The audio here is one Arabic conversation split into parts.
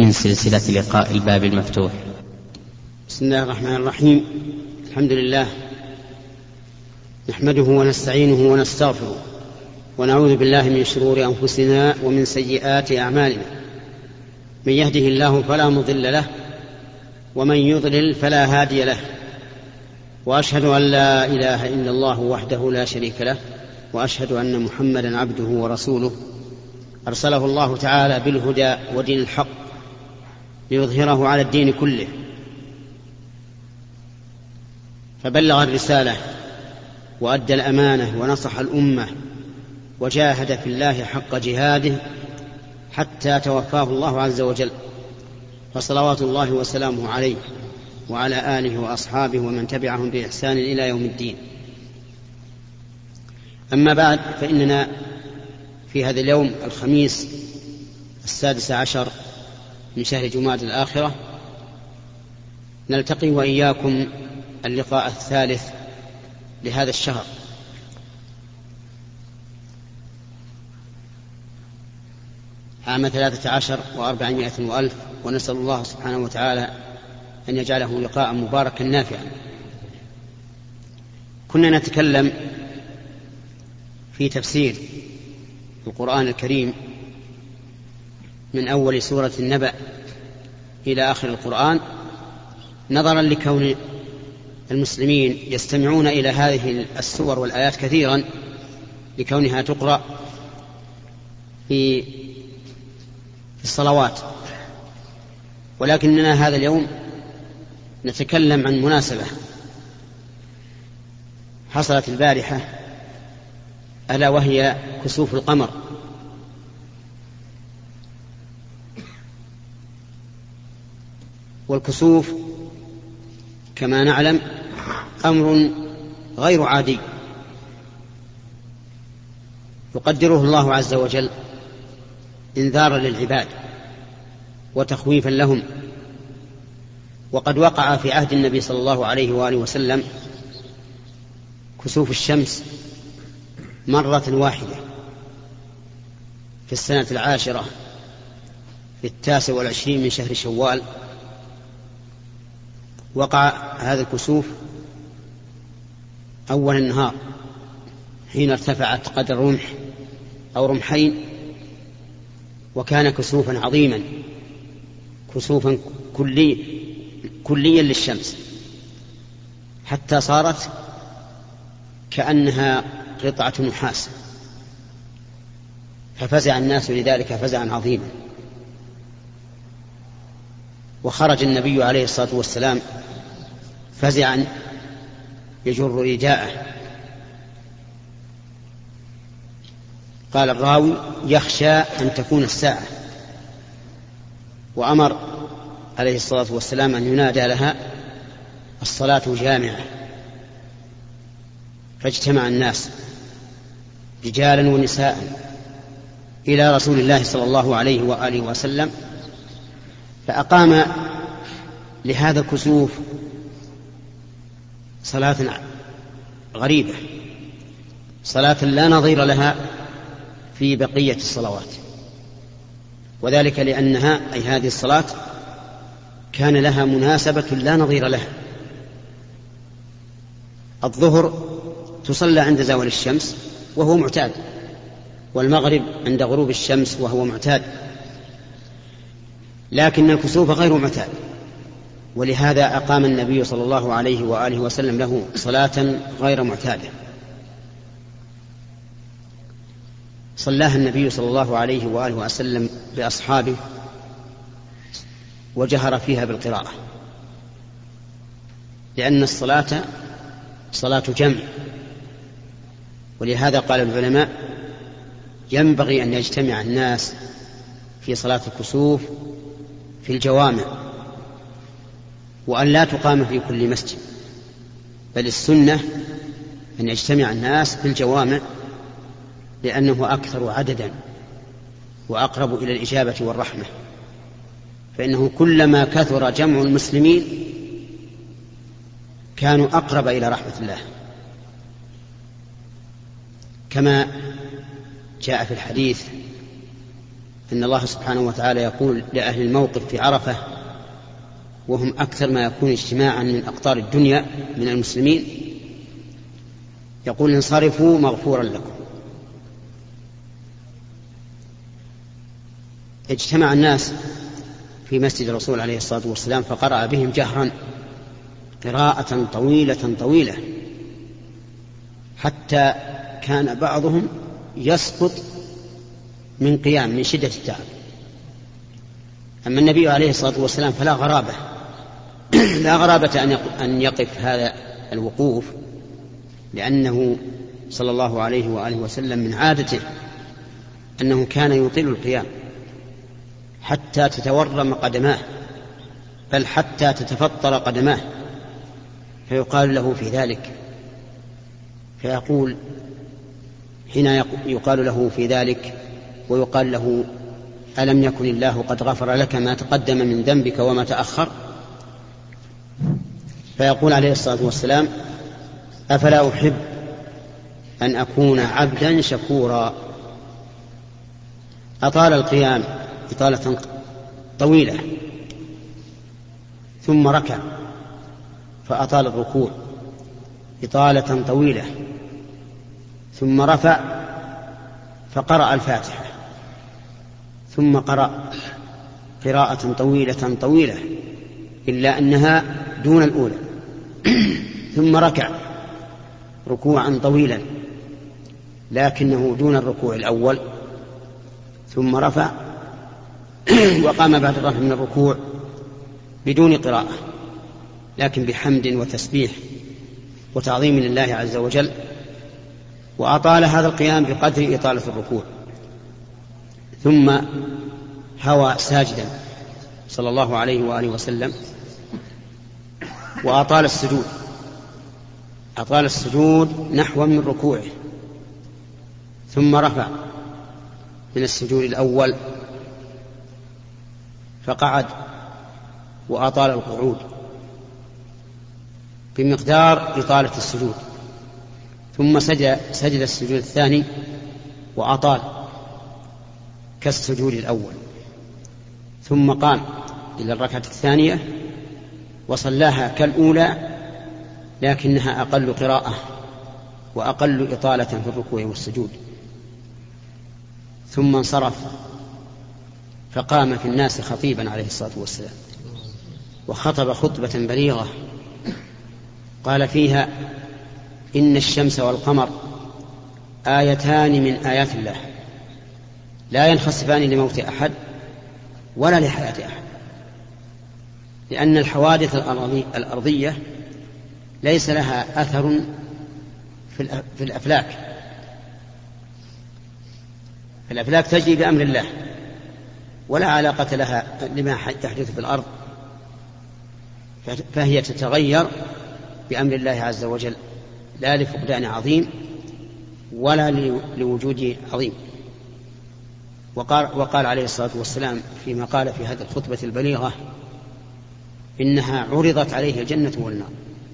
من سلسلة لقاء الباب المفتوح. بسم الله الرحمن الرحيم. الحمد لله نحمده ونستعينه ونستغفره ونعوذ بالله من شرور أنفسنا ومن سيئات أعمالنا. من يهده الله فلا مضل له ومن يضلل فلا هادي له، وأشهد أن لا إله إلا الله وحده لا شريك له، وأشهد أن محمدا عبده ورسوله أرسله الله تعالى بالهدى ودين الحق ليظهره على الدين كله، فبلغ الرسالة وأدى الأمانة ونصح الأمة وجاهد في الله حق جهاده حتى توفاه الله عز وجل، فصلوات الله وسلامه عليه وعلى آله وأصحابه ومن تبعهم بإحسان إلى يوم الدين. أما بعد، فإننا في هذا اليوم الخميس 16 من شهر جمادى الآخرة نلتقي وإياكم اللقاء الثالث لهذا الشهر، عام 13 و400 وألف، ونسأل الله سبحانه وتعالى أن يجعله لقاء مباركا نافعا. كنا نتكلم في تفسير القرآن الكريم من أول سورة النبأ إلى آخر القرآن، نظرا لكون المسلمين يستمعون إلى هذه السور والآيات كثيرا لكونها تقرأ في الصلوات. ولكننا هذا اليوم نتكلم عن مناسبة حصلت البارحة، ألا وهي كسوف القمر. والكسوف كما نعلم أمر غير عادي يقدره الله عز وجل إنذارا للعباد وتخويفا لهم. وقد وقع في عهد النبي صلى الله عليه وآله وسلم كسوف الشمس مرة واحدة في السنة 10 في 29 من شهر شوال. وقع هذا الكسوف أول النهار حين ارتفعت قدر رمح أو رمحين، وكان كسوفا عظيما، كسوفا كليا للشمس، حتى صارت كأنها قطعة نحاس، ففزع الناس لذلك فزعا عظيما. وخرج النبي عليه الصلاة والسلام فزعا يجر رداءه. قال الراوي: يخشى أن تكون الساعة. وأمر عليه الصلاة والسلام أن ينادى لها الصلاة جامعة، فاجتمع الناس رجالا ونساء إلى رسول الله صلى الله عليه وآله وسلم، فأقام لهذا الكسوف صلاة غريبة، صلاة لا نظير لها في بقية الصلوات. وذلك لأنها أي هذه الصلاة كان لها مناسبة لا نظير لها. الظهر تصلى عند زوال الشمس وهو معتاد، والمغرب عند غروب الشمس وهو معتاد، لكن الكسوف غير معتاد، ولهذا أقام النبي صلى الله عليه وآله وسلم له صلاة غير معتادة. صلاها النبي صلى الله عليه وآله وسلم بأصحابه وجهر فيها بالقراءة، لأن الصلاة صلاة جمع. ولهذا قال العلماء: ينبغي أن يجتمع الناس في صلاة الكسوف في الجوامع، وأن لا تقام في كل مسجد، بل السنة أن يجتمع الناس في الجوامع، لأنه أكثر عددا وأقرب إلى الإجابة والرحمة. فإنه كلما كثر جمع المسلمين كانوا أقرب إلى رحمة الله، كما جاء في الحديث إن الله سبحانه وتعالى يقول لأهل الموقف في عرفة وهم أكثر ما يكون اجتماعا من أقطار الدنيا من المسلمين، يقول انصرفوا مغفورا لكم. اجتمع الناس في مسجد الرسول عليه الصلاة والسلام فقرأ بهم جهرا قراءة طويلة حتى كان بعضهم يسقط من قيام من شدة التعب. أما النبي عليه الصلاة والسلام فلا غرابة لا غرابة أن يقف هذا الوقوف، لأنه صلى الله عليه وآله وسلم من عادته أنه كان يطيل القيام حتى تتورم قدماه، بل حتى تتفطر قدماه، فيقال له في ذلك، فيقول حين يقال له في ذلك ويقال له ألم يكن الله قد غفر لك ما تقدم من ذنبك وما تأخر، فيقول عليه الصلاة والسلام أفلا أحب أن أكون عبدا شكورا. أطال القيام إطالة طويلة، ثم ركع فأطال الركوع إطالة طويلة، ثم رفع فقرأ الفاتحة، ثم قرأ قراءة طويلة إلا أنها دون الأولى، ثم ركع ركوعا طويلا لكنه دون الركوع الأول، ثم رفع وقام بعد الرفع من الركوع بدون قراءة لكن بحمد وتسبيح وتعظيم لله عز وجل، وأطال هذا القيام بقدر إطالة الركوع، ثم هوى ساجدا صلى الله عليه وآله وسلم وأطال السجود نحو من ركوعه، ثم رفع من السجود الأول فقعد وأطال القعود بمقدار إطالة السجود، ثم سجد السجود الثاني وأطال كالسجود الأول، ثم قام إلى الركعة الثانية وصلاها كالأولى لكنها أقل قراءة وأقل إطالة في الركوع والسجود، ثم انصرف فقام في الناس خطيبا عليه الصلاة والسلام وخطب خطبة بليغة قال فيها إن الشمس والقمر آيتان من آيات الله لا ينخسفان لموت أحد ولا لحياة أحد، لأن الحوادث الأرضية ليس لها أثر في الأفلاك تجري بأمر الله ولا علاقة لها لما يحدث في الأرض، فهي تتغير بأمر الله عز وجل لا لفقدان عظيم ولا لوجود عظيم. وقال عليه الصلاة والسلام فيما قال في هذه الخطبة البليغة إنها عرضت عليه الجنة والنار،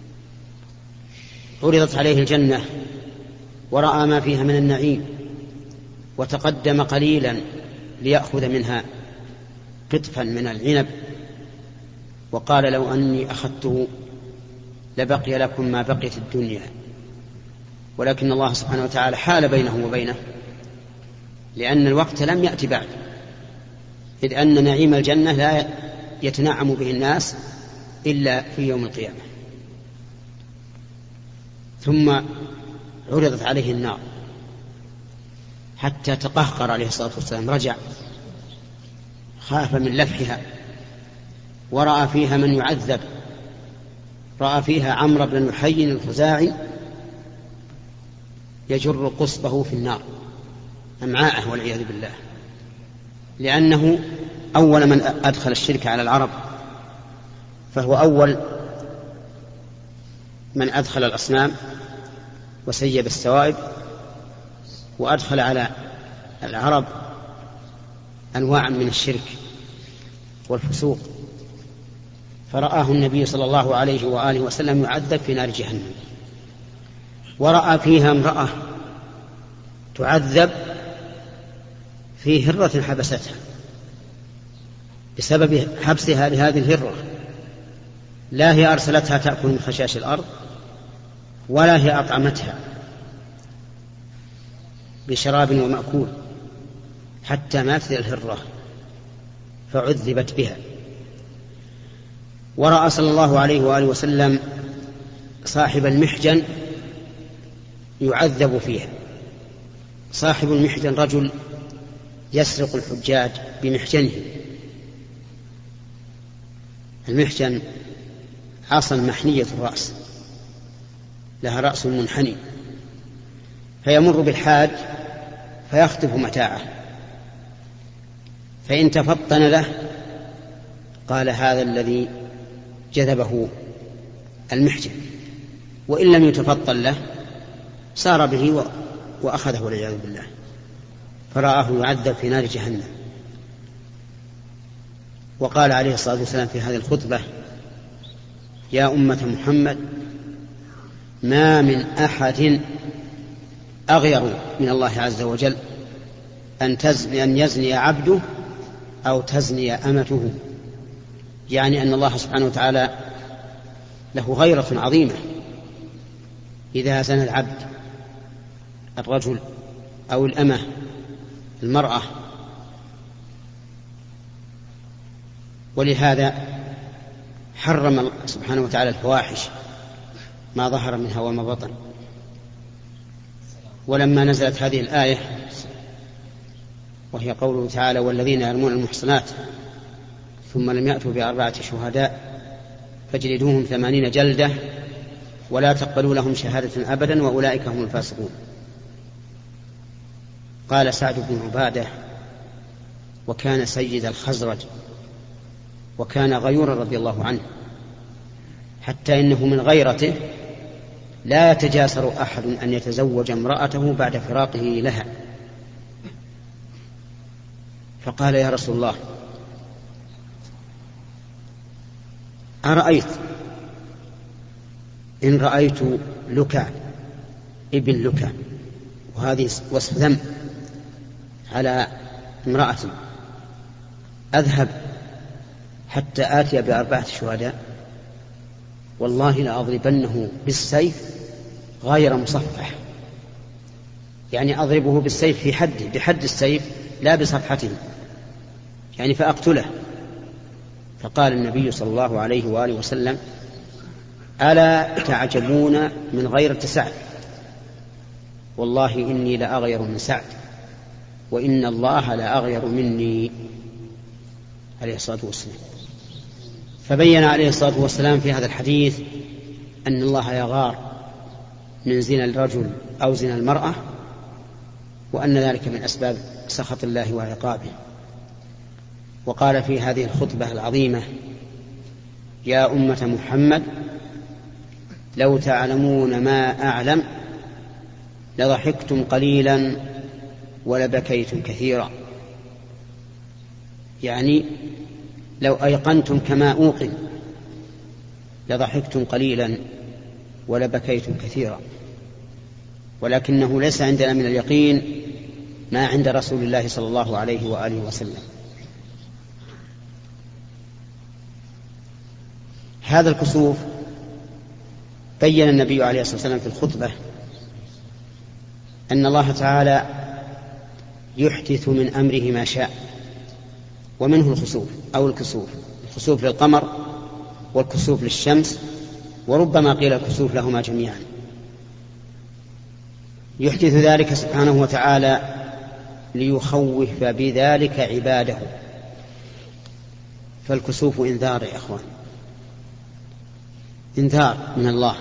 عرضت عليه الجنة ورأى ما فيها من النعيم وتقدم قليلا ليأخذ منها قطفا من العنب وقال لو أني أخذته لبقي لكم ما بقيت الدنيا، ولكن الله سبحانه وتعالى حال بينه وبينه لأن الوقت لم يأتي بعد، إذ أن نعيم الجنة لا يتنعم به الناس إلا في يوم القيامة. ثم عرضت عليه النار حتى تقهقر عليه الصلاة والسلام، رجع خاف من لفحها ورأى فيها من يعذب، رأى فيها عمرو بن محيٍ الخزاعي يجر قصبه في النار أمعاءه والعياذ بالله، لأنه أول من أدخل الشرك على العرب، فهو أول من أدخل الأصنام وسيب السوائب وأدخل على العرب أنواعا من الشرك والفسوق، فرآه النبي صلى الله عليه وآله وسلم يعذب في نار جهنم، ورأى فيها امرأة تعذب في هرة حبستها بسبب حبسها لهذه الهرة، لا هي أرسلتها تأكل من خشاش الأرض ولا هي أطعمتها بشراب ومأكول حتى ماتت الهرة فعذبت بها. ورأى صلى الله عليه وآله وسلم صاحب المحجن يعذب فيها. صاحب المحجن رجل يسرق الحجاج بمحجنه. المحجن عصا محنية الرأس لها رأس منحني، فيمر بالحاج فيخطف متاعه، فإن تفطن له قال هذا الذي جذبه المحجن، وإن لم يتفطن له سار به وأخذه والعياذ بالله، فرآه يعذب في نار جهنم. وقال عليه الصلاة والسلام في هذه الخطبة: يا أمة محمد، ما من أحد أغير من الله عز وجل أن يزني عبده أو تزني أمته، يعني أن الله سبحانه وتعالى له غيرة عظيمة إذا زنى العبد الرجل أو الأمة المرأة. ولهذا حرم سبحانه وتعالى الفواحش ما ظهر منها وما بطن. ولما نزلت هذه الآية وهي قوله تعالى: والذين يرمون المحصنات ثم لم يأتوا ب4 شهداء فاجلدوهم 80 جلدة ولا تقبلوا لهم شهادة أبدا وأولئك هم الفاسقون. قال سعد بن عبادة، وكان سيد الخزرج وكان غيورا رضي الله عنه، حتى إنه من غيرته لا يتجاسر أحد أن يتزوج امرأته بعد فراقه لها. فقال: يا رسول الله، أرأيت إن رأيت لكع ابن لكع، وهذه وصف ذم على امرأة، أذهب حتى آتي ب4 شهداء؟ والله لأضربنه بالسيف غير مصفح، يعني أضربه بالسيف في حده، بحد السيف لا بصفحته، يعني فأقتله. فقال النبي صلى الله عليه وآله وسلم: ألا تعجبون من غيرة سعد؟ والله إني لأغير من سعد، وإن الله لأغير مني، عليه الصلاة والسلام. فبين عليه الصلاة والسلام في هذا الحديث أن الله يغار من زنا الرجل أو زنا المرأة، وأن ذلك من أسباب سخط الله وعقابه. وقال في هذه الخطبة العظيمة: يا أمة محمد، لو تعلمون ما أعلم لضحكتم قليلا ولبكيتم كثيرا. يعني لو أيقنتم كما أوقن لضحكتم قليلا ولبكيتم كثيرا، ولكنه ليس عندنا من اليقين ما عند رسول الله صلى الله عليه وآله وسلم. هذا الكسوف بين النبي عليه الصلاة والسلام في الخطبة أن الله تعالى يحدث من أمره ما شاء، ومنه الخسوف أو الكسوف، الخسوف للقمر والكسوف للشمس، وربما قيل الكسوف لهما جميعا. يحدث ذلك سبحانه وتعالى ليخوف بذلك عباده. فالكسوف إنذار يا أخوان، إنذار من الله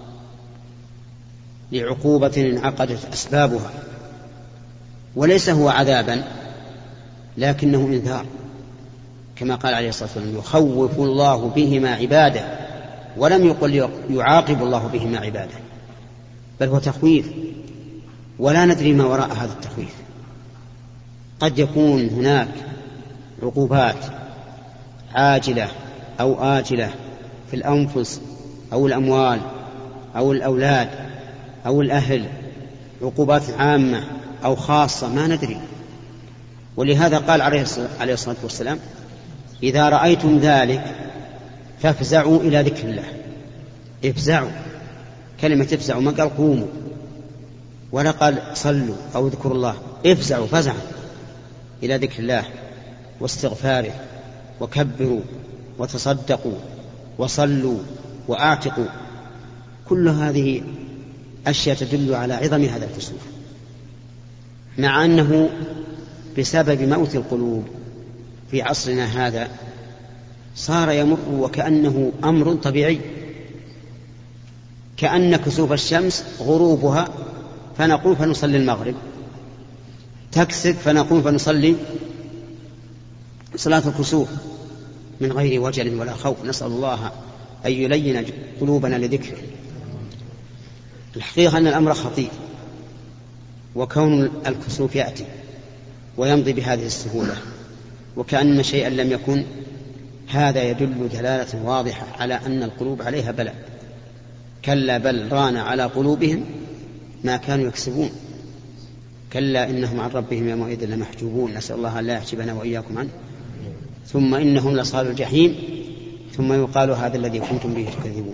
لعقوبة انعقدت أسبابها، وليس هو عذابا لكنه إنذار، كما قال عليه الصلاة والسلام: يخوف الله بهما عباده، ولم يقل يعاقب الله بهما عباده، بل هو تخويف، ولا ندري ما وراء هذا التخويف. قد يكون هناك عقوبات عاجلة أو آجلة في الأنفس أو الأموال أو الأولاد أو الأهل، عقوبات عامة أو خاصة، ما ندري. ولهذا قال عليه الصلاة والسلام: إذا رأيتم ذلك فافزعوا إلى ذكر الله. افزعوا، كلمة افزعوا ما قال قوموا ولا قال صلوا أو اذكروا الله، افزعوا فزعا إلى ذكر الله واستغفاره، وكبروا وتصدقوا وصلوا وأعتقوا. كل هذه أشياء تدل على عظم هذا الكسوف، مع أنه بسبب موت القلوب في عصرنا هذا صار يمر وكأنه أمر طبيعي، كأن كسوف الشمس غروبها فنقوم فنصلي المغرب، تكسف فنقوم فنصلي صلاة الكسوف من غير وجل ولا خوف. نسأل الله أن يلين قلوبنا لذكره. الحقيقة أن الأمر خطير، وكون الكسوف يأتي ويمضي بهذه السهولة وكأن شيئا لم يكن، هذا يدل دلالة واضحة على أن القلوب عليها بلاء. كلا بل ران على قلوبهم ما كانوا يكسبون، كلا إنهم عن ربهم يومئذ لمحجوبون. نسأل الله لا يحجبنا وإياكم عنه. ثم إنهم لصالوا الجحيم ثم يقال هذا الذي كنتم به تكذبون.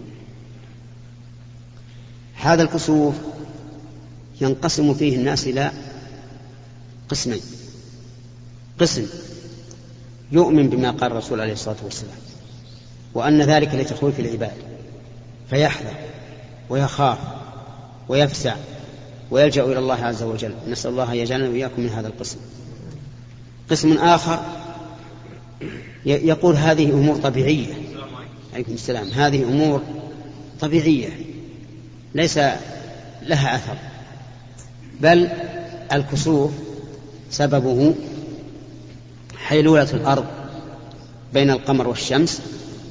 هذا الكسوف ينقسم فيه الناس إلى قسمين: قسم يؤمن بما قال الرسول عليه الصلاة والسلام وأن ذلك لتخويف العباد فيحذر ويخاف ويفزع ويلجأ إلى الله عز وجل. نسأل الله يجعلنا وإياكم من هذا القسم. قسم آخر يقول هذه أمور طبيعية، عليكم السلام، هذه أمور طبيعية ليس لها أثر، بل الكسوف سببه حيلولة الأرض بين القمر والشمس،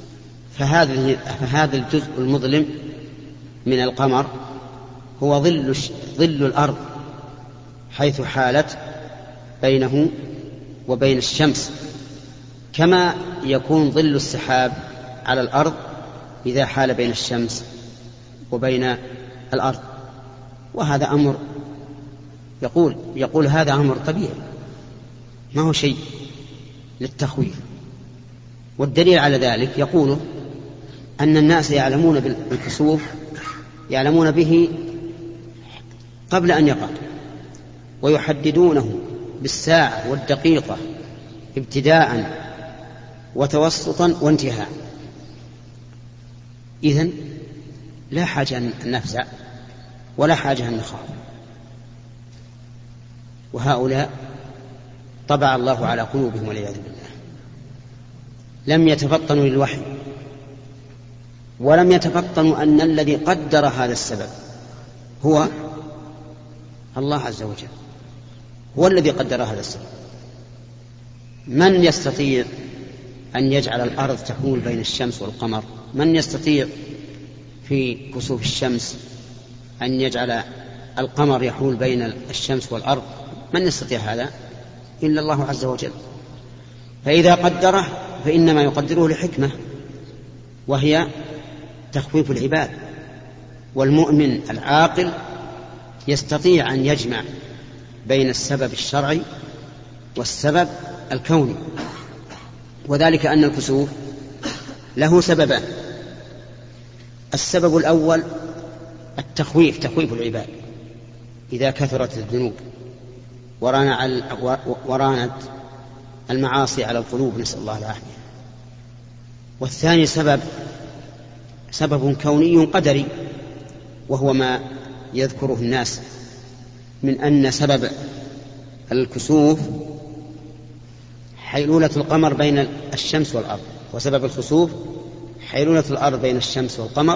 فهذا الجزء المظلم من القمر هو ظل الأرض حيث حالت بينه وبين الشمس، كما يكون ظل السحاب على الأرض إذا حال بين الشمس وبين الأرض. وهذا أمر يقول هذا أمر طبيعي، ما هو شيء للتخويف. والدليل على ذلك يقول أن الناس يعلمون بالكسوف، يعلمون به قبل أن يقع، ويحددونه بالساعة والدقيقة ابتداء وتوسطا وانتهاء. إذن لا حاجة أن نفزع ولا حاجة أن نخاف. وهؤلاء طبع الله على قلوبهم والعياذ بالله، لم يتفطنوا للوحي ولم يتفطنوا أن الذي قدر هذا السبب هو الله عز وجل، هو الذي قدر هذا السبب. من يستطيع أن يجعل الأرض تحول بين الشمس والقمر؟ من يستطيع في كسوف الشمس أن يجعل القمر يحول بين الشمس والأرض؟ من يستطيع هذا إلا الله عز وجل. فإذا قدره فإنما يقدره لحكمة، وهي تخويف العباد. والمؤمن العاقل يستطيع أن يجمع بين السبب الشرعي والسبب الكوني، وذلك أن الكسوف له سببان: السبب الأول التخويف، تخويف العباد إذا كثرت الذنوب ورانت المعاصي على القلوب، نسأل الله العافية. والثاني سبب كوني قدري، وهو ما يذكره الناس من أن سبب الكسوف حيلولة القمر بين الشمس والأرض، وسبب الخسوف حيلولة الأرض بين الشمس والقمر.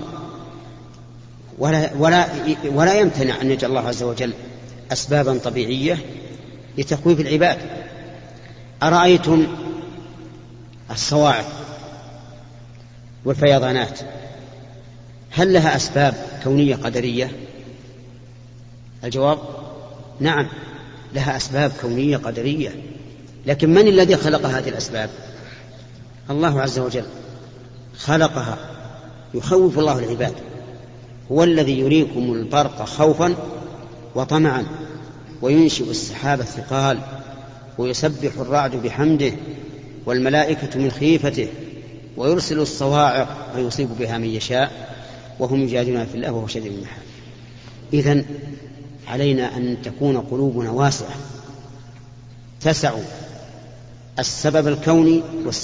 ولا يمتنع أن يجعل الله عز وجل أسبابا طبيعية لتخويف العباد. أرأيتم الصواعق والفيضانات هل لها أسباب كونية قدرية؟ الجواب نعم، لها أسباب كونية قدرية، لكن من الذي خلق هذه الأسباب؟ الله عز وجل خلقها. يخوف الله العباد، هو الذي يريكم البرق خوفا وطمعا وينشئ السحاب الثقال ويسبح الرعد بحمده والملائكة من خيفته ويرسل الصواعق فيصيب بها من يشاء وهم يجادلون في الله وهو شديد المحال. إذن علينا أن تكون قلوبنا واسعة تسع السبب الكوني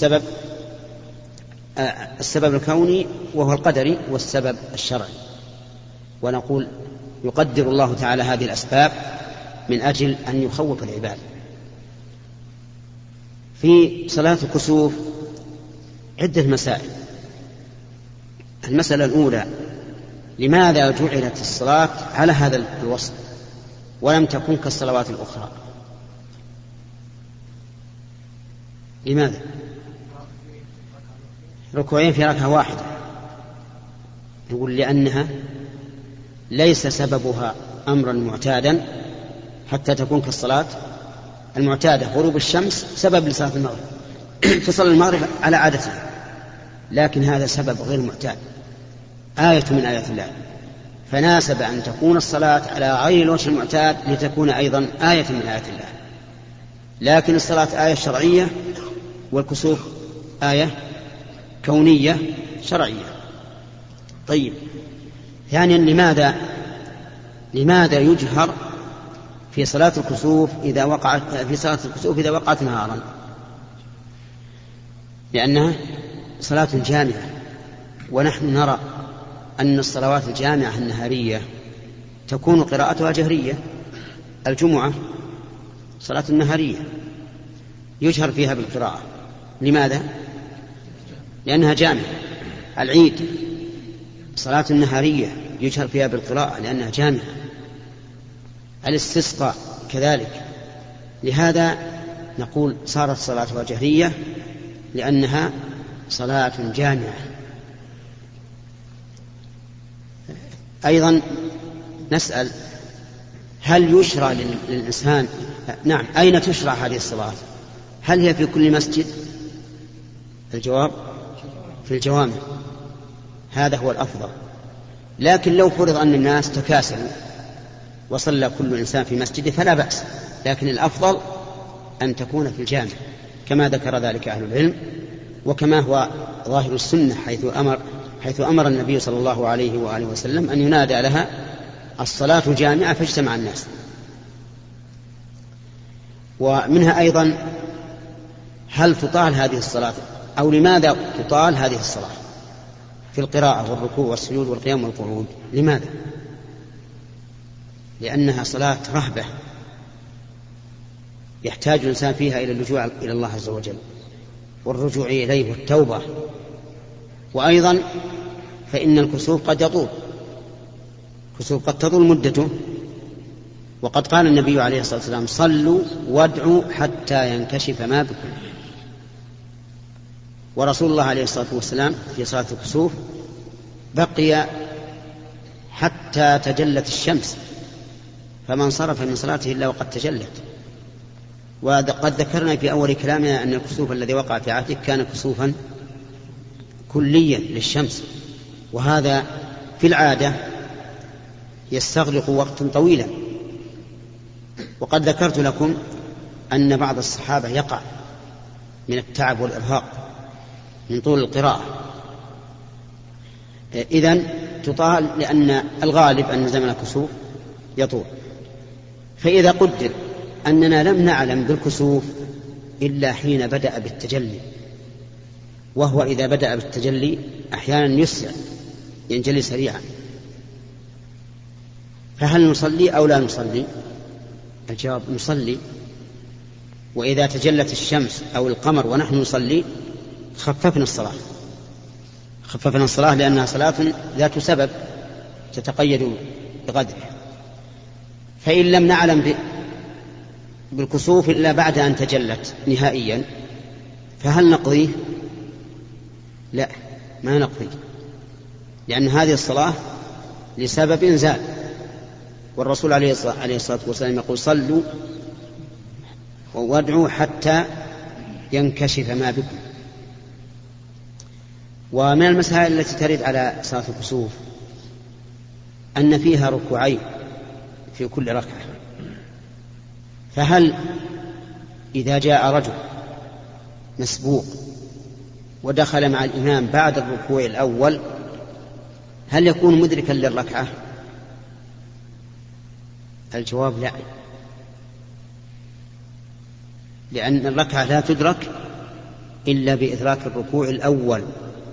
السبب الكوني وهو القدري والسبب الشرعي، ونقول يقدر الله تعالى هذه الأسباب من أجل أن يخوف العباد. في صلاة الكسوف عدة مسائل. المسألة الأولى: لماذا جعلت الصلاة على هذا الوصف ولم تكن كالصلوات الأخرى؟ لماذا؟ ركوعين في ركعة واحدة. نقول لأنها ليس سببها أمرا معتادا حتى تكون كالصلاة المعتادة. غروب الشمس سبب لصلاة المغرب تصلي المغرب على عادتها، لكن هذا سبب غير معتاد، آية من آيات الله، فناسب أن تكون الصلاة على غير الوجه المعتاد لتكون أيضا آية من آيات الله. لكن الصلاة آية شرعية والكسوف آية كونية شرعية. طيب، ثانيا: لماذا يجهر في صلاة الكسوف إذا وقعت نهارا؟ لأنها صلاة جامعة، ونحن نرى أن الصلوات الجامعة النهارية تكون قراءتها جهرية. الجمعة صلاة النهارية يجهر فيها بالقراءة. لماذا؟ لأنها جامعة. العيد صلاة النهارية يجهر فيها بالقراءة لأنها جامعة. الاستسقاء كذلك. لهذا نقول صارت صلاتها جهرية لأنها صلاة جامعة. أيضا نسأل: هل يشرع للإنسان أين تشرع هذه الصلاة؟ هل هي في كل مسجد؟ الجواب: في الجوامع، هذا هو الأفضل. لكن لو فرض أن الناس تكاسلوا وصلى كل إنسان في مسجده فلا بأس، لكن الأفضل أن تكون في الجامع كما ذكر ذلك أهل العلم، وكما هو ظاهر السنة حيث أمر النبي صلى الله عليه وآله وسلم أن ينادى لها الصلاة جامعة فاجتمع الناس. ومنها أيضا: هل تطال هذه الصلاة أو لماذا تطال هذه الصلاة في القراءة والركوع والسجود والقيام والقعود؟ لماذا؟ لأنها صلاة رهبة يحتاج الإنسان فيها إلى اللجوء إلى الله عز وجل والرجوع إليه والتوبة. وأيضا فإن الكسوف قد يطول، الكسوف قد تطول مدته، وقد قال النبي عليه الصلاة والسلام: صلوا وادعوا حتى ينكشف ما بكم. ورسول الله عليه الصلاة والسلام في صلاة الكسوف بقي حتى تجلت الشمس، فما انصرف من صلاته إلا وقد تجلت. وقد ذكرنا في أول كلامنا أن الكسوف الذي وقع في عهده كان كسوفا كليا للشمس، وهذا في العادة يستغرق وقتا طويلا. وقد ذكرت لكم أن بعض الصحابة يقع من التعب والإرهاق من طول القراءة. إذن تطال لأن الغالب أن زمن الكسوف يطول. فإذا قدر أننا لم نعلم بالكسوف إلا حين بدأ بالتجلي، وهو إذا بدأ بالتجلي أحيانا يسرع ينجلي سريعا، فهل نصلي أو لا نصلي؟ الجواب: نصلي. وإذا تجلت الشمس أو القمر ونحن نصلي خففنا الصلاة لأنها صلاة ذات سبب تتقيد بقدره. فإن لم نعلم بالكسوف إلا بعد أن تجلت نهائيا فهل نقضيه؟ لا، ما نقضي، لأن هذه الصلاة لسبب زال، والرسول عليه الصلاة والسلام يقول: صلوا وادعوا حتى ينكشف ما بكم. ومن المسائل التي ترد على صلاة الكسوف أن فيها ركوعين في كل ركعة، فهل إذا جاء رجل مسبوق ودخل مع الإمام بعد الركوع الأول هل يكون مدركا للركعة؟ الجواب لا، لأن الركعة لا تدرك إلا بإدراك الركوع الأول.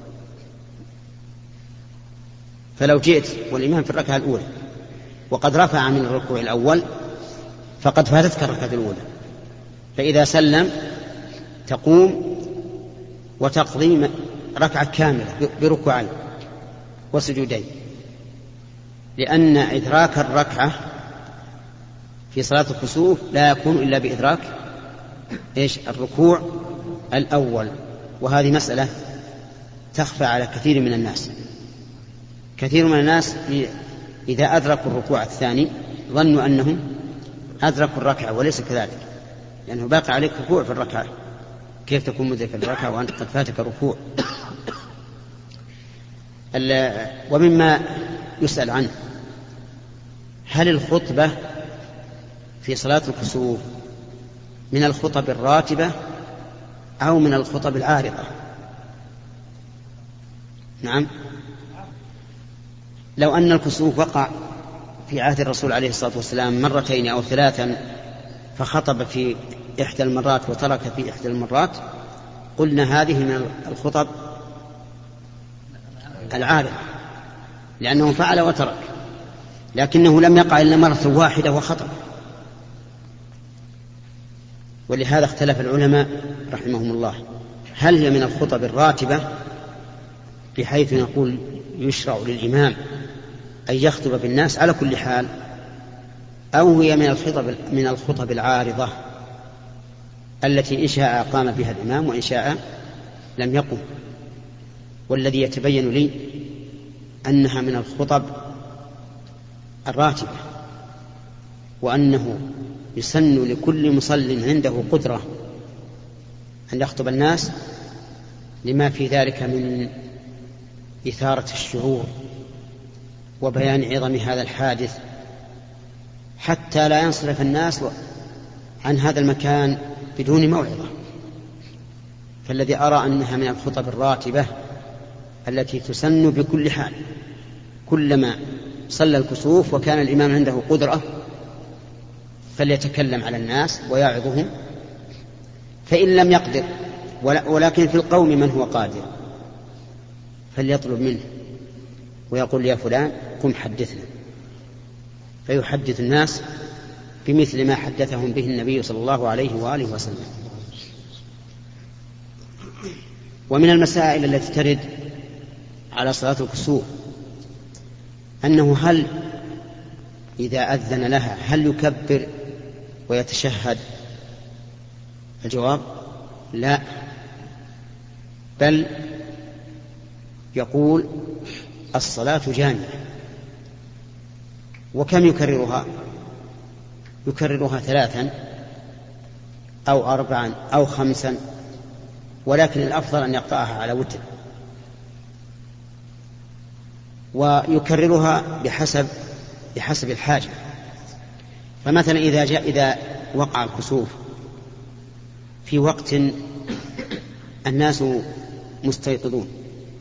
فلو جئت والإمام في الركعة الأولى وقد رفع من الركوع الأول فقد فاتتك الركعة الأولى، فإذا سلم تقوم وتقضي ركعة كاملة بركوعين وسجودين، لأن إدراك الركعة في صلاة الكسوف لا يكون إلا بإدراك الركوع الأول. وهذه مسألة تخفى على كثير من الناس. كثير من الناس إذا أدركوا الركوع الثاني ظنوا أنهم أدركوا الركعة، وليس كذلك، لأنه باقي عليك ركوع في الركعة. كيف تكون مدرك الركعة وأنت قد فاتك الركوع؟ ومما يسأل عنه هل الخطبة في صلاة الكسوف من الخطب الراتبة أو من الخطب العارضة؟ نعم، لو أن الكسوف وقع في عهد الرسول عليه الصلاة والسلام مرتين أو ثلاثا فخطب في إحدى المرات وترك في إحدى المرات قلنا هذه من الخطب العارضة، لأنه فعل وترك، لكنه لم يقع إلا مرة واحدة وخطب. ولهذا اختلف العلماء رحمهم الله هل هي من الخطب الراتبة بحيث نقول يشرع للإمام أن يخطب بالناس على كل حال، أو هي من الخطب العارضة التي إن شاء قام بها الإمام وإن شاء لم يقم. والذي يتبين لي أنها من الخطب الراتبة، وأنه يسن لكل مصل عنده قدرة أن يخطب الناس لما في ذلك من إثارة الشعور وبيان عظم هذا الحادث، حتى لا ينصرف الناس عن هذا المكان بدون موعظة. فالذي أرى أنها من الخطب الراتبة التي تسن بكل حال، كلما صلى الكسوف وكان الإمام عنده قدرة فليتكلم على الناس ويعظهم، فإن لم يقدر ولكن في القوم من هو قادر فليطلب منه ويقول يا فلان قم حدثنا، فيحدث الناس بمثل ما حدثهم به النبي صلى الله عليه وآله وسلم. ومن المسائل التي ترد على صلاة الكسوف أنه هل إذا أذن لها هل يكبر ويتشهد؟ الجواب لا، بل يقول الصلاة جامعة. وكم يكررها؟ يكررها 3 أو 4 أو 5، ولكن الأفضل أن يقطعها على وتر، ويكررها بحسب الحاجة. فمثلا إذا وقع الكسوف في وقت الناس مستيقظون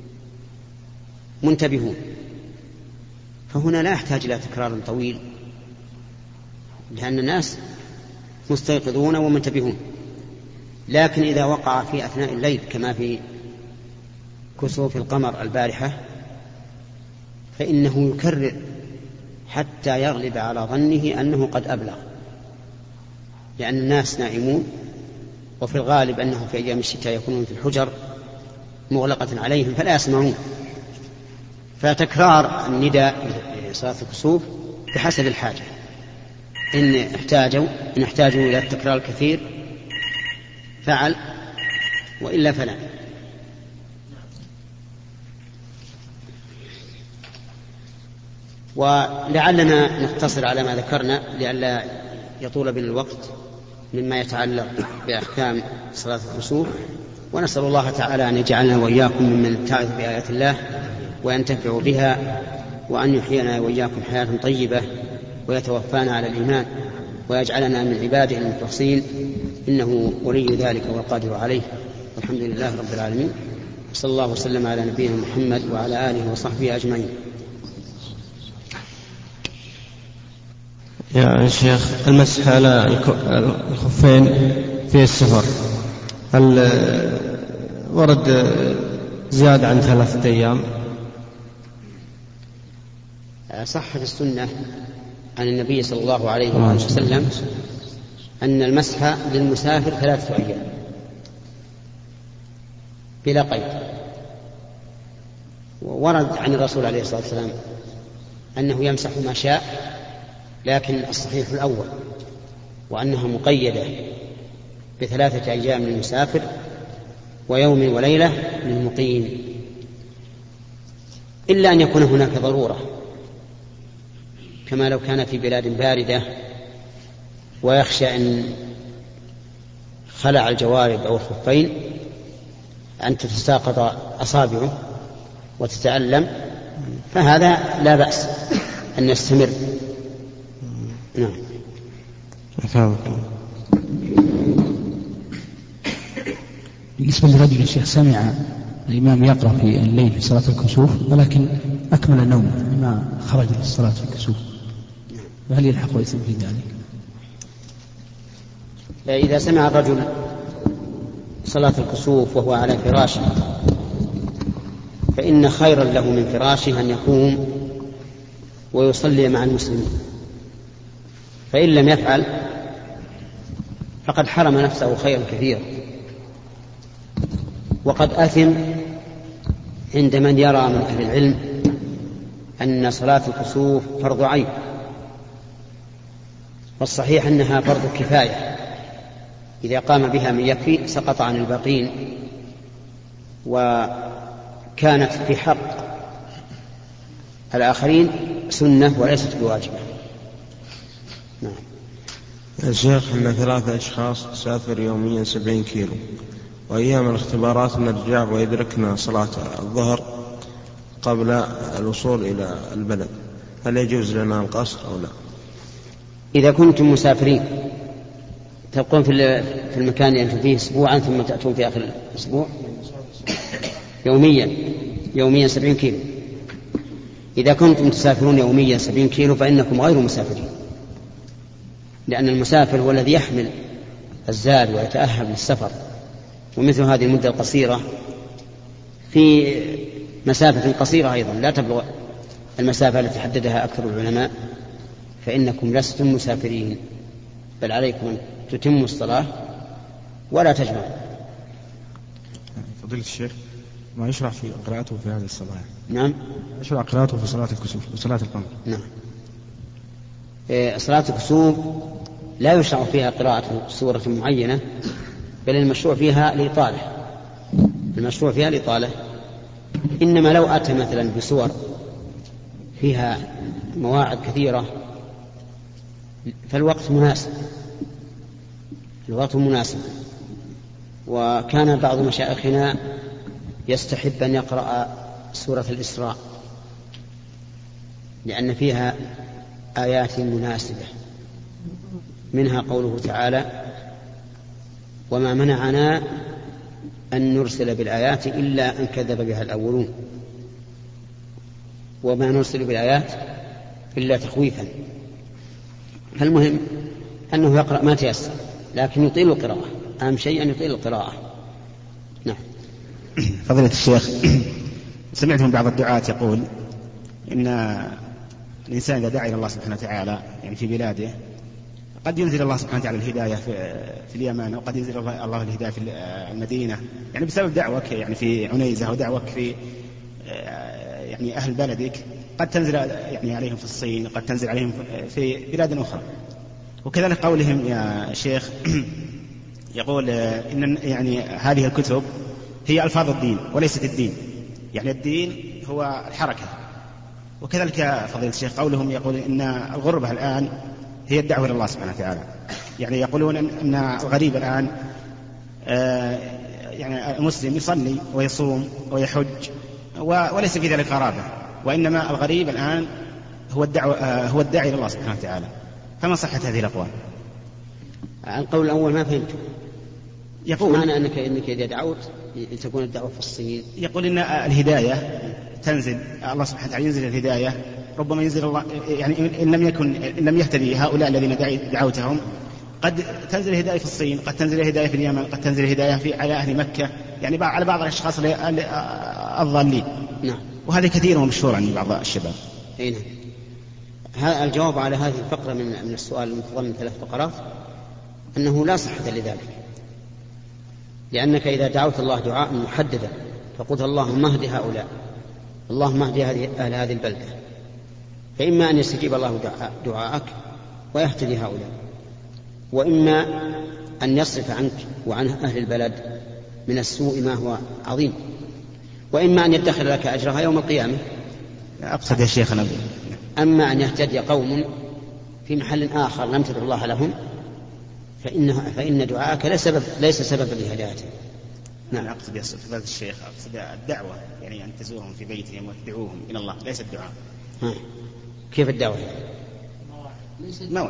منتبهون فهنا لا يحتاج إلى تكرار طويل، لأن الناس مستيقظون ومنتبهون. لكن إذا وقع في أثناء الليل كما في كسوف القمر البارحة فإنه يكرر حتى يغلب على ظنه أنه قد أبلغ، لأن الناس نائمون، وفي الغالب أنهم في أيام الشتاء يكونون في الحجر مغلقة عليهم فلا يسمعون. فتكرار النداء لصلاة الكسوف بحسب الحاجة، إن احتاجوا إلى التكرار الكثير فعل، وإلا فلا. ولعلنا نقتصر على ما ذكرنا لئلا يطول بنا الوقت مما يتعلق بأحكام صلاة الكسوف، ونسأل الله تعالى أن يجعلنا وإياكم ممن يتعظ بآيات الله وينتفع بها، وأن يحيينا وإياكم حياة طيبة ويتوفانا على الإيمان. ويجعلنا من عباده المخلصين، إنه ولي ذلك والقادر عليه. والحمد لله رب العالمين، صلى الله وسلم على نبينا محمد وعلى آله وصحبه أجمعين. يا شيخ، المسح على الخفين في السفر هل ورد زيادة عن 3 أيام؟ صح في السنة عن النبي صلى الله عليه وسلم أن المسح للمسافر 3 أيام بلا قيد. ورد عن الرسول عليه الصلاة والسلام أنه يمسح ما شاء، لكن الصحيح الأول وأنها مقيدة ب3 أيام للمسافر ويوم وليلة للمقيم، إلا أن يكون هناك ضرورة، كما لو كان في بلاد باردة ويخشى أن خلع الجوارب أو الخفين أن تتساقط أصابعه وتتألم، فهذا لا بأس أن يستمر. نعم. بالنسبة لرجل الشيخ سمع الإمام يقرأ في الليل في صلاة الكسوف ولكن أكمل النوم ما خرج للصلاة في الكسوف، فهل يلحق ويثم في ذلك؟ إذا سمع الرجل صلاة الكسوف وهو على فراشه فإن خيرا له من فراشه أن يقوم ويصلي مع المسلمين، فإن لم يفعل فقد حرم نفسه خيرا كثيرا، وقد أثم عند من يرى من أهل العلم أن صلاة الكسوف فرض عين، والصحيح أنها فرض كفاية، إذا قام بها من يكفي سقط عن الباقين، وكانت في حق الآخرين سنة وليست بواجبة. نعم. يا شيخ، إن 3 أشخاص تسافر يوميا 70 كيلو، وأيام الاختبارات نرجع ويدركنا صلاة الظهر قبل الوصول إلى البلد، هل يجوز لنا القصر أو لا؟ إذا كنتم مسافرين تبقون في المكان اللي أنتم فيه أسبوعا ثم تأتون في آخر الأسبوع يوميا 70 كيلو، إذا كنتم تسافرون يوميا 70 كيلو فإنكم غير مسافرين، لأن المسافر هو الذي يحمل الزاد ويتأهب للسفر، ومثل هذه المدة القصيرة في مسافة قصيرة أيضا لا تبلغ المسافة التي حددها أكثر العلماء، فإنكم لستم مسافرين، بل عليكم أن تتموا الصلاة ولا تجمعوا. فضيلة الشيخ، ما يشرع في قراءته في هذه الصلاة؟ نعم، يشرع قراءته في صلاة الكسوف وصلاة القمر. نعم. صلاة الكسوف لا يشرع فيها قراءة سورة معينة، بل المشروع فيها الإطالة. إنما لو أتى مثلا بسور فيها مواعظ كثيرة فالوقت مناسب. وكان بعض مشايخنا يستحب أن يقرأ سورة الإسراء لأن فيها آيات مناسبة، منها قوله تعالى: وما منعنا أن نرسل بالآيات إلا أن كذب بها الأولون، وما نرسل بالآيات إلا تخويفا. فالمهم أنه يقرأ ما تيسر، لكن يطيل القراءة، أهم شيء أن يطيل القراءة. نعم. فضيلة الشيخ، سمعت من بعض الدعاة يقول إن الإنسان إذا دعا إلى الله سبحانه وتعالى يعني في بلاده قد ينزل الله سبحانه وتعالى الهداية في اليمن، وقد ينزل الله الهداية في المدينة، يعني بسبب دعوك يعني في عنيزة ودعوك في يعني أهل بلدك، قد تنزل يعني عليهم في الصين، قد تنزل عليهم في بلاد أخرى. وكذلك قولهم يا شيخ يقول إن يعني هذه الكتب هي ألفاظ الدين وليست الدين، يعني الدين هو الحركة. وكذلك فضيلة الشيخ قولهم يقول إن الغربة الآن هي الدعوة إلى الله سبحانه وتعالى، يعني يقولون أن الغريب الآن يعني المسلم يصلي ويصوم ويحج وليس في ذلك غرابة، وإنما الغريب الآن هو الداعي إلى الله سبحانه وتعالى. فما صحة هذه الأقوال؟ القول الأول ما فهمته. يقول معنى أنك إذا دعوت تكون الدعوة في الصين. يقول إن الهداية تنزل، الله سبحانه وتعالى ينزل الهداية، ربما ينزل الله يعني إن لم يهتدي هؤلاء الذين دعوتهم قد تنزل الهداية في الصين، قد تنزل الهداية في اليمن، قد تنزل الهداية على أهل مكة، يعني على بعض الأشخاص الضالين. نعم. وهذا كثير ومشهور عند بعض الشباب. نعم. الجواب على هذه الفقرة من السؤال المتضمن 3 فقرات أنه لا صحة لذلك، لأنك إذا دعوت الله دعاء محددا فقلت اللهم اهد هؤلاء، اللهم اهد أهل هذه البلدة، فإما أن يستجيب الله دعاءك ويهتدي هؤلاء، وإما أن يصرف عنك وعن أهل البلد من السوء ما هو عظيم، وإما أن يدخر لك أجرها يوم القيامة. أقصد يا شيخنا. أما أن يهتدي قوم في محل آخر لم تدع الله لهم فإن دعاءك ليس سببا لهدايتهم. نعم. أقصد يا فضيلة الشيخ، أقصد الدعوة، يعني أن تزورهم في بيتهم وتدعوهم إلى الله، ليس الدعاء. كيف الدعوة؟ نوع.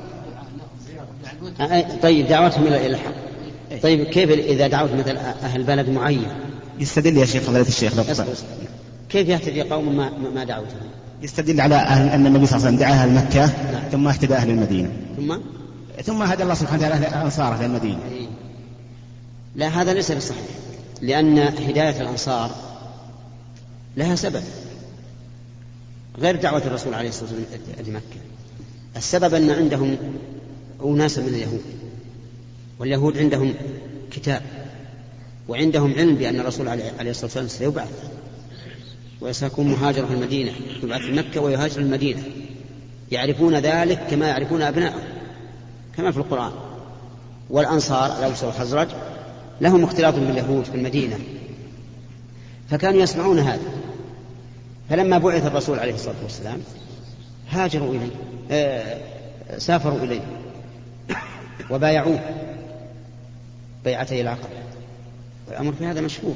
طيب دعوتهم إلى الحق. طيب كيف إذا دعوت مثل أهل بلد معين؟ يستدل يا شيخ فضيلة الشيخ كيف يهتدي قوم ما دعوتهم؟ يستدل على أن النبي صلى الله عليه وسلم دعا أهل مكة ثم اهتدى أهل المدينة ثم هدى الله سبحانه وتعالى الأنصار أهل المدينة. لا، هذا ليس بصحيح، لأن هداية الأنصار لها سبب غير دعوة الرسول عليه الصلاة والسلام لمكة. السبب أن عندهم أناس من اليهود، واليهود عندهم كتاب وعندهم علم بأن الرسول عليه الصلاة والسلام سيبعث وسيكون مهاجر في المدينة، يبعث في مكة ويهاجر المدينة، يعرفون ذلك كما يعرفون أبنائهم كما في القرآن. والأنصار الأوس والخزرج لهم اختلاط باليهود في المدينة، فكانوا يسمعون هذا. فلما بعث الرسول عليه الصلاة والسلام هاجروا إليه، سافروا إليه وبايعوه بيعتي العقبة، والأمر في هذا مشهور.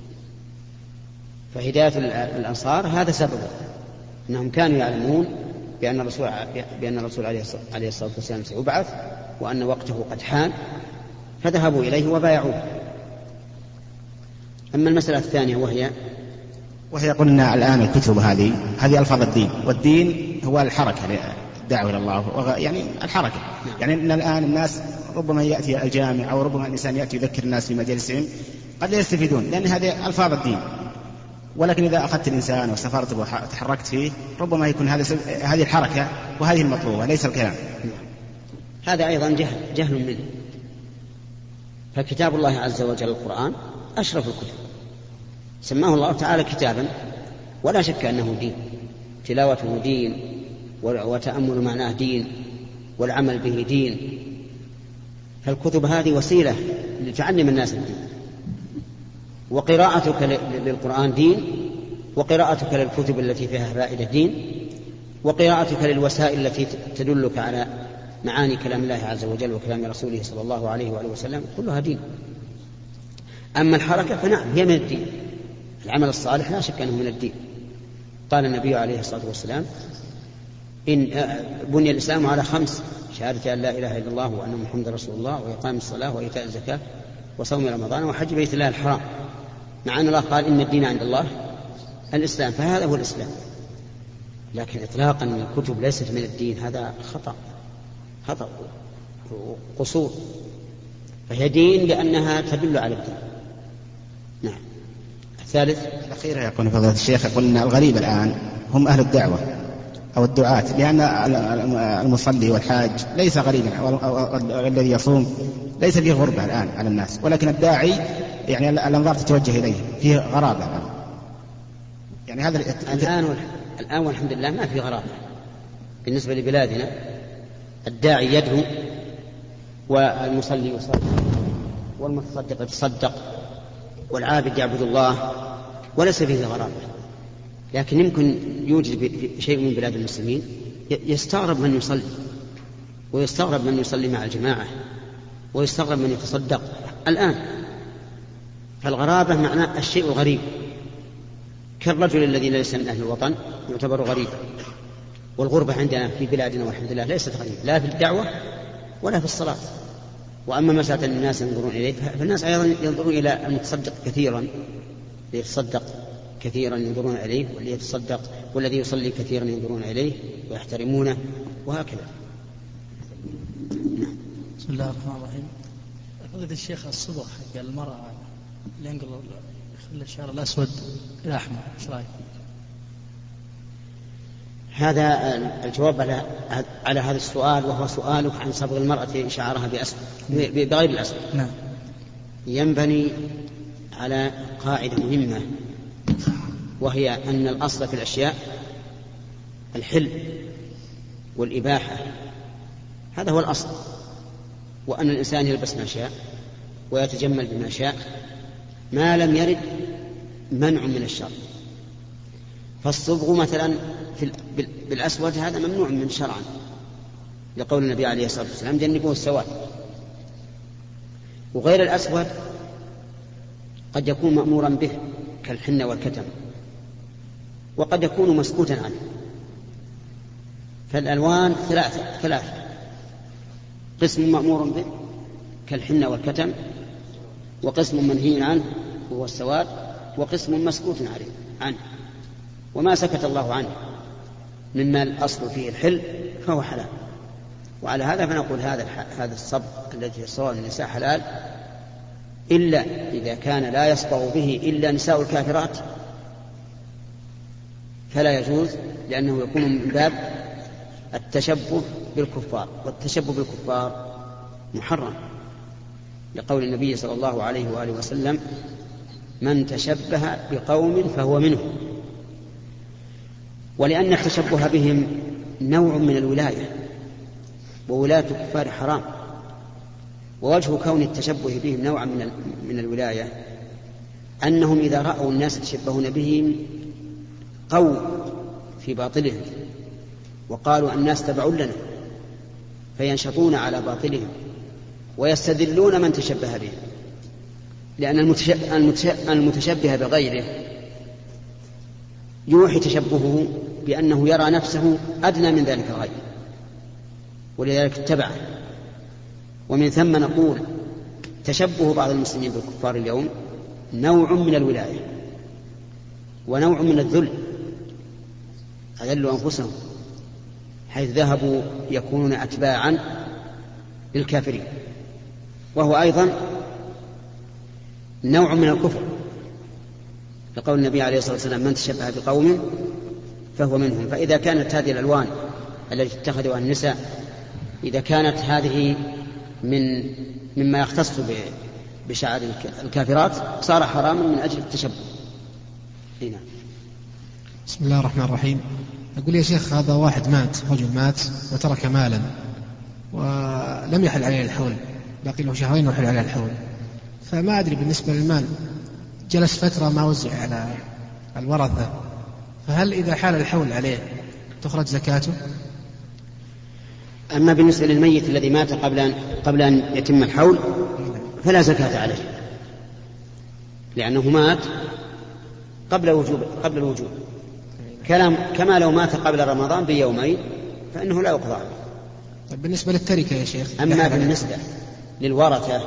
فهداية الأنصار هذا سببه، أنهم كانوا يعلمون بأن الرسول عليه الصلاة والسلام سيبعث وأن وقته قد حان، فذهبوا إليه وبايعوه. أما المسألة الثانية وهي قلنا الآن الكتب هذه ألفاظ الدين، والدين هو الحركة، الدعوة إلى الله، يعني الحركة. يعني إن الآن الناس ربما يأتي الجامع أو ربما الإنسان يأتي يذكر الناس في مجالسهم قد لا يستفيدون، لأن هذه ألفاظ الدين. ولكن إذا أخذت الإنسان وسافرت وتحركت فيه ربما يكون هذه الحركة وهذه المطلوبة، ليس الكلام. هذا أيضا جهل منه. فكتاب الله عز وجل القرآن أشرف الكتب، سماه الله تعالى كتابا، ولا شك أنه دين، تلاوته دين، وتأمل معناه دين، والعمل به دين. فالكتب هذه وسيلة لتعلم الناس الدين، وقراءتك للقرآن دين، وقراءتك للكتب التي فيها فائدة دين، وقراءتك للوسائل التي تدلك على معاني كلام الله عز وجل وكلام رسوله صلى الله عليه وآله وسلم، كلها دين. أما الحركة فنعم هي من الدين، العمل الصالح لا شك أنه من الدين. قال النبي عليه الصلاة والسلام إن بني الإسلام على 5: شهادة أن لا إله إلا الله وأن محمد رسول الله، وإقام الصلاة، وإيتاء الزكاة، وصوم رمضان، وحج بيت الله الحرام. مع أن الله قال إن الدين عند الله الإسلام، فهذا هو الإسلام. لكن إطلاقا الكتب ليست من الدين هذا خطأ وقصور، فهي دين لأنها تدل على الدين. نعم. الثالث الأخير يقول فضيلة الشيخ، يقول إن الغريب الآن هم أهل الدعوة أو الدعاة، لأن المصلي والحاج ليس غريبا، الذي يصوم ليس فيه غربة الآن على الناس، ولكن الداعي يعني الأنظار تتوجه إليه، فيه غرابة الآن. يعني هذا الآن والحمد لله ما في غرابة بالنسبة لبلادنا. الداعي يدعو، والمصلي يصلي، والمتصدق يتصدق، والعابد يعبد الله، وليس فيه غرابة. لكن يمكن يوجد شيء من بلاد المسلمين يستغرب من يصلي، ويستغرب من يصلي مع الجماعة، ويستغرب من يتصدق الآن. فالغرابة معناه الشيء الغريب، كالرجل الذي ليس من أهل الوطن يعتبر غريبا. والغربة عندنا في بلادنا والحمد لله ليست غريبة، لا في الدعوة ولا في الصلاة. وأما مسألة الناس ينظرون إليه فالناس أيضا ينظرون إلى المتصدق كثيرا، يتصدق كثيرا ينظرون إليه، والذي يتصدق والذي يصلي كثيرا ينظرون إليه ويحترمونه، وهكذا. بسم الله الرحمن الرحيم. فضيلة الشيخ الصبغ حق المرأة اللي ينقل يخلي الشعر الأسود إلى أحمر، إيش رأيك؟ هذا الجواب على هذا السؤال، وهو سؤالك عن صبغ المرأة شعرها بغير الأسود. نعم. ينبني على قاعدة مهمة، وهي أن الأصل في الأشياء الحل والإباحة، هذا هو الأصل، وأن الإنسان يلبس ما شاء ويتجمل بما شاء ما لم يرد منع من الشر. فالصبغ مثلا بالأسود هذا ممنوع من شرعا، لقول النبي عليه الصلاة والسلام جنبوه السواد. وغير الأسود قد يكون مأمورا به كالحنة والكتم، وقد يكون مسكوتا عنه. فالألوان ثلاثة: قسم مأمور به كالحنة والكتم، وقسم منهي عنه وهو السواد، وقسم مسكوت عنه. وما سكت الله عنه مما الأصل فيه الحل فهو حلال. وعلى هذا فنقول هذا الصبغ الذي يصبغ النساء حلال، إلا إذا كان لا يصبغ به إلا نساء الكافرات فلا يجوز، لأنه يكون من باب التشبه بالكفار، والتشبه بالكفار محرم، لقول النبي صلى الله عليه وآله وسلم: من تشبه بقوم فهو منهم. ولأن التشبه بهم نوع من الولاية، وولاية الكفار حرام. ووجه كون التشبه بهم نوعا من الولاية أنهم إذا رأوا الناس يتشبهون بهم قووا في باطلهم، وقالوا الناس تبعوا لنا، فينشطون على باطلهم ويستذلون من تشبه بهم، لأن المتشبه بغيره يوحي تشبهه بأنه يرى نفسه أدنى من ذلك الغير، ولذلك اتبعه. ومن ثم نقول تشبه بعض المسلمين بالكفار اليوم نوع من الولاية ونوع من الذل، أذلوا أنفسهم حيث ذهبوا يكونون أتباعا للكافرين، وهو أيضا نوع من الكفر، لقول النبي عليه الصلاة والسلام: من تشبه بقوم فهو منهم. فإذا كانت هذه الألوان التي اتخذها النساء إذا كانت هذه مما يختص بشعر الكافرات صار حراما من أجل التشبه. هنا. بسم الله الرحمن الرحيم. أقول يا شيخ، هذا واحد رجل مات وترك مالا ولم يحل عليه الحول، باقي له شهرين ويحل عليه الحول، فما أدري بالنسبة للمال جلس فترة ما وزع على الورثة، فهل إذا حال الحول عليه تخرج زكاته؟ أما بالنسبة للميت الذي مات قبل أن يتم الحول فلا زكاة عليه، لأنه مات قبل الوجوب، كما لو مات قبل رمضان بيومين فإنه لا يقضى عليه. طيب بالنسبة للتركة يا شيخ؟ أما بالنسبة للورثة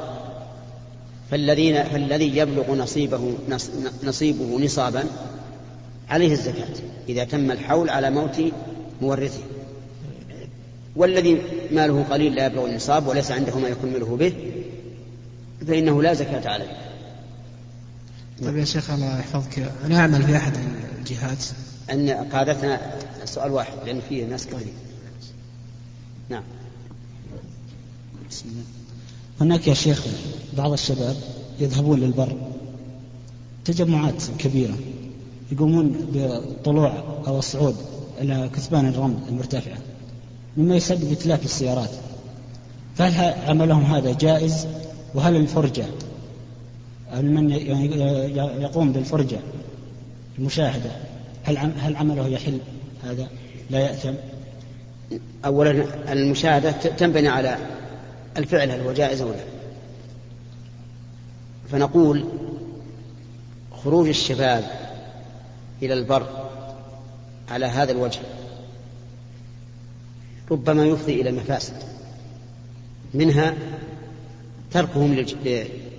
فالذي يبلغ نصيبه نصابا عليه الزكاة إذا تم الحول على موت مورثه، والذي ماله قليل لا يبلغ النصاب وليس عنده ما يكمله به فإنه لا زكاة عليه. طيب يا شيخ الله يحفظك، أنا أعمل في أحد الجهات أن قادتنا سؤال واحد لأن فيه ناس كثيرين. نعم. بسم الله. هناك يا شيخ بعض الشباب يذهبون للبر تجمعات كبيرة يقومون بالطلوع أو الصعود إلى كثبان الرمل المرتفعة مما يسبب إتلاف السيارات، فهل عملهم هذا جائز؟ وهل الفرجة من يقوم بالفرجة المشاهدة هل عمله يحل هذا لا يأثم؟ أولا المشاهدة تنبني على الفعل هل هو جائز أو لا، فنقول خروج الشباب إلى البر على هذا الوجه ربما يفضي إلى المفاسد، منها تركهم